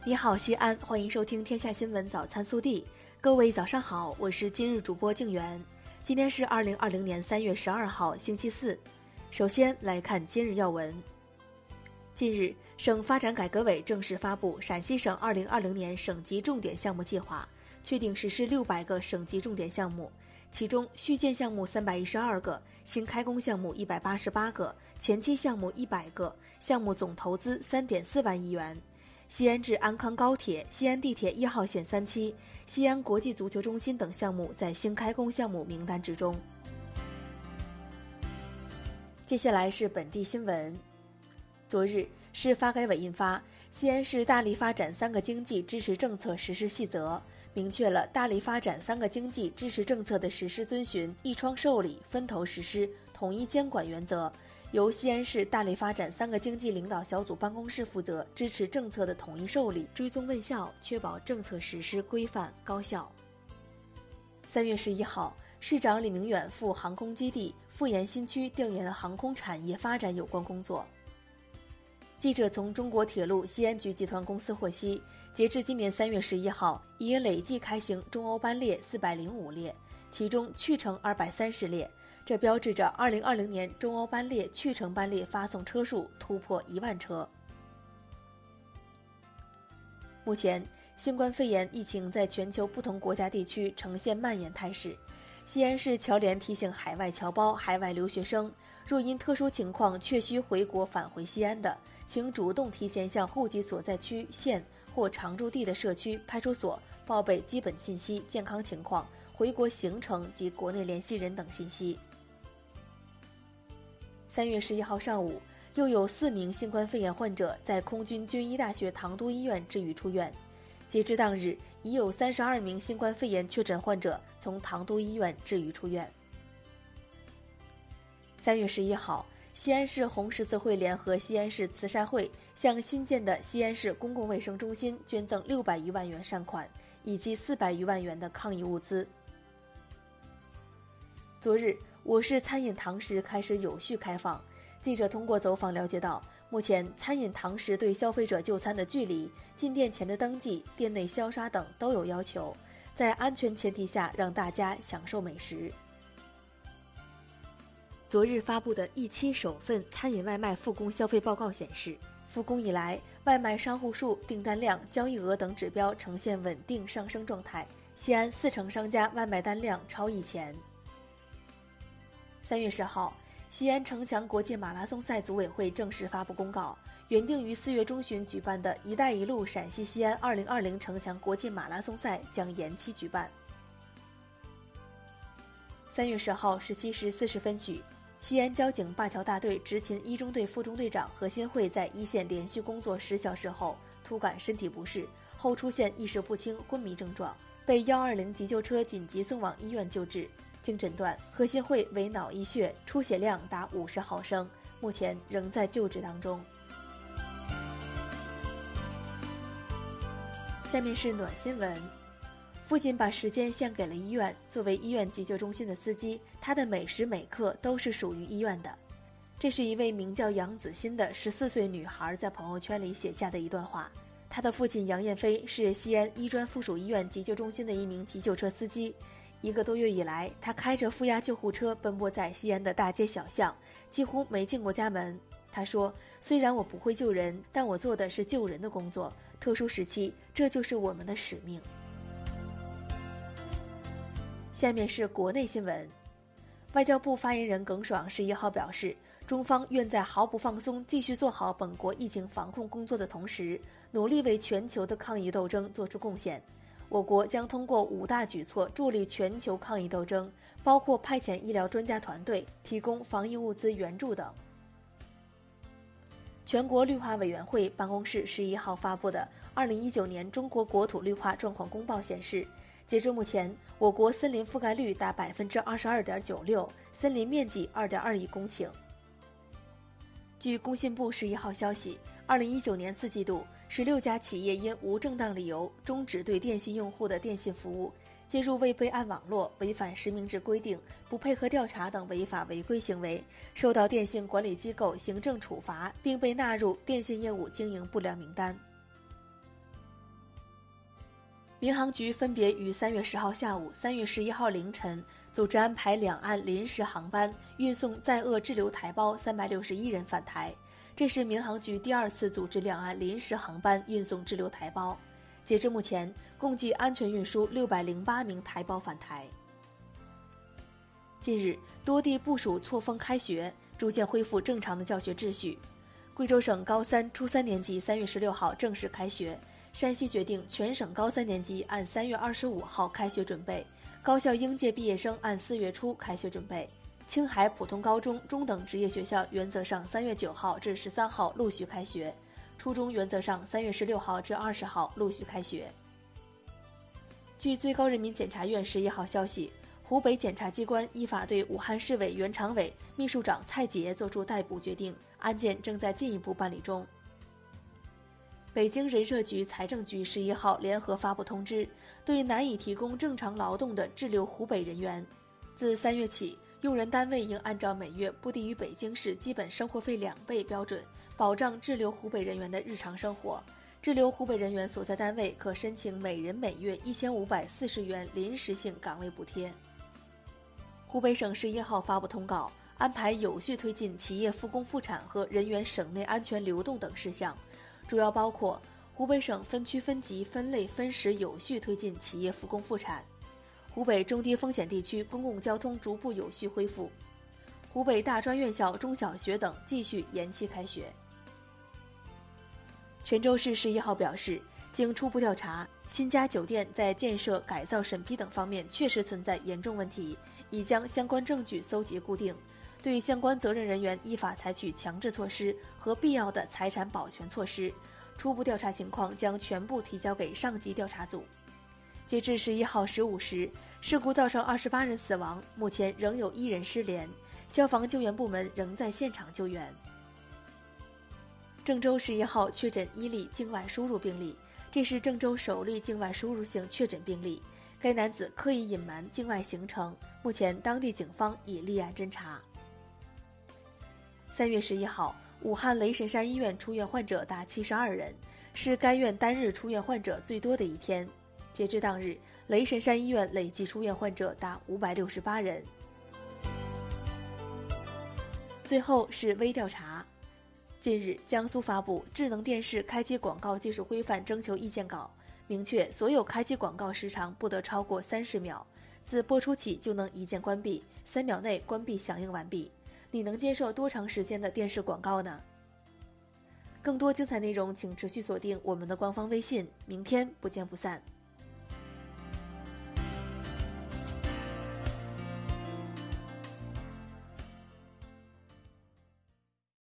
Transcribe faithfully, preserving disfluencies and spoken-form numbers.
你好，西安，欢迎收听天下新闻早餐速递。各位早上好，我是今日主播静媛。今天是二零二零年三月十二号，星期四。首先来看今日要闻。近日，省发展改革委正式发布陕西省二零二零年省级重点项目计划，确定实施六百个省级重点项目，其中续建项目三百一十二个，新开工项目一百八十八个，前期项目一百个，项目总投资三点四万亿元。西安至安康高铁、西安地铁一号线三期、西安国际足球中心等项目在新开工项目名单之中。接下来是本地新闻。昨日，市发改委印发《西安市大力发展三个经济支持政策实施细则》，明确了大力发展三个经济支持政策的实施遵循一窗受理、分头实施、统一监管原则。由西安市大力发展三个经济领导小组办公室负责支持政策的统一受理、追踪问效，确保政策实施规范高效。三月十一号，市长李明远赴航空基地富源新区调研航空产业发展有关工作。记者从中国铁路西安局集团公司获悉，截至今年三月十一号，已累计开行中欧班列四百零五列，其中去程二百三十列。这标志着二零二零年中欧班列去程班列发送车数突破一万车。目前，新冠肺炎疫情在全球不同国家地区呈现蔓延态势。西安市侨联提醒海外侨胞、海外留学生，若因特殊情况确需回国返回西安的，请主动提前向户籍所在区、县或常住地的社区、派出所报备基本信息、健康情况、回国行程及国内联系人等信息。三月十一号上午，又有四名新冠肺炎患者在空军军医大学唐都医院治愈出院。截至当日，已有三十二名新冠肺炎确诊患者从唐都医院治愈出院。三月十一号，西安市红十字会联合西安市慈善会向新建的西安市公共卫生中心捐赠六百余万元善款，以及四百余万元的抗疫物资。昨日，我市餐饮堂食开始有序开放。记者通过走访了解到，目前餐饮堂食对消费者就餐的距离、进店前的登记、店内消杀等都有要求，在安全前提下让大家享受美食。昨日发布的一期首份餐饮外卖复工消费报告显示，复工以来，外卖商户数、订单量、交易额等指标呈现稳定上升状态。西安四成商家外卖单量超以前。三月十号，西安城墙国际马拉松赛组委会正式发布公告，原定于四月中旬举办的“一带一路”陕西西安二零二零城墙国际马拉松赛将延期举办。三月十号十七时四十分许，西安交警灞桥大队执勤一中队副中队长何新慧在一线连续工作十小时后，突感身体不适，后出现意识不清、昏迷症状，被一二零急救车紧急送往医院救治。经诊断，何新慧为脑溢血，出血量达五十毫升，目前仍在救治当中。下面是暖新闻。父亲把时间献给了医院，作为医院急救中心的司机，他的每时每刻都是属于医院的。这是一位名叫杨子欣的十四岁女孩在朋友圈里写下的一段话。她的父亲杨艳飞是西安医专附属医院急救中心的一名急救车司机。一个多月以来，他开着负压救护车奔波在西安的大街小巷，几乎没进过家门。他说，虽然我不会救人，但我做的是救人的工作，特殊时期，这就是我们的使命。下面是国内新闻。外交部发言人耿爽十一号表示，中方愿在毫不放松继续做好本国疫情防控工作的同时，努力为全球的抗疫斗争做出贡献。我国将通过五大举措助力全球抗疫斗争，包括派遣医疗专家团队、提供防疫物资援助等。全国绿化委员会办公室十一号发布的《二零一九年中国国土绿化状况公报》显示，截至目前，我国森林覆盖率达百分之二十二点九六，森林面积二点二亿公顷。据工信部十一号消息，二零一九年四季度，十六家企业因无正当理由终止对电信用户的电信服务，接入未备案网络、违反实名制规定、不配合调查等违法违规行为，受到电信管理机构行政处罚，并被纳入电信业务经营不良名单。 民航局分别于三月十号下午、三月十一号凌晨组织安排两岸临时航班运送在鄂滞留台胞三百六十一人返台，这是民航局第二次组织两岸临时航班运送滞留台胞。截至目前，共计安全运输六百零八名台胞返台。近日，多地部署错峰开学，逐渐恢复正常的教学秩序。贵州省高三、初三年级三月十六号正式开学，山西决定全省高三年级按三月二十五号开学准备，高校应届毕业生按四月初开学准备。青海普通高中、中等职业学校原则上三月九号至十三号陆续开学，初中原则上三月十六号至二十号陆续开学。据最高人民检察院十一号消息，湖北检察机关依法对武汉市委原常委、秘书长蔡杰作出逮捕决定，案件正在进一步办理中。北京人社局、财政局十一号联合发布通知，对难以提供正常劳动的滞留湖北人员，自三月起，用人单位应按照每月不低于北京市基本生活费两倍标准，保障滞留湖北人员的日常生活。滞留湖北人员所在单位可申请每人每月一千五百四十元临时性岗位补贴。湖北省十一号发布通告，安排有序推进企业复工复产和人员省内安全流动等事项，主要包括湖北省分区分级分类分时有序推进企业复工复产，湖北中低风险地区公共交通逐步有序恢复，湖北大专院校、中小学等继续延期开学。泉州市十一号表示，经初步调查，新家酒店在建设、改造审批等方面确实存在严重问题，已将相关证据搜集固定，对相关责任人员依法采取强制措施和必要的财产保全措施。初步调查情况将全部提交给上级调查组。截至十一号十五时，事故造成二十八人死亡，目前仍有一人失联，消防救援部门仍在现场救援。郑州十一号确诊一例境外输入病例，这是郑州首例境外输入性确诊病例。该男子刻意隐瞒境外行程，目前当地警方已立案侦查。三月十一号，武汉雷神山医院出院患者达七十二人，是该院单日出院患者最多的一天。截至当日，雷神山医院累计出院患者达五百六十八人。最后是微调查。近日，江苏发布《智能电视开机广告技术规范》征求意见稿，明确所有开机广告时长不得超过三十秒，自播出起就能一键关闭，三秒内关闭响应完毕。你能接受多长时间的电视广告呢？更多精彩内容请持续锁定我们的官方微信，明天不见不散。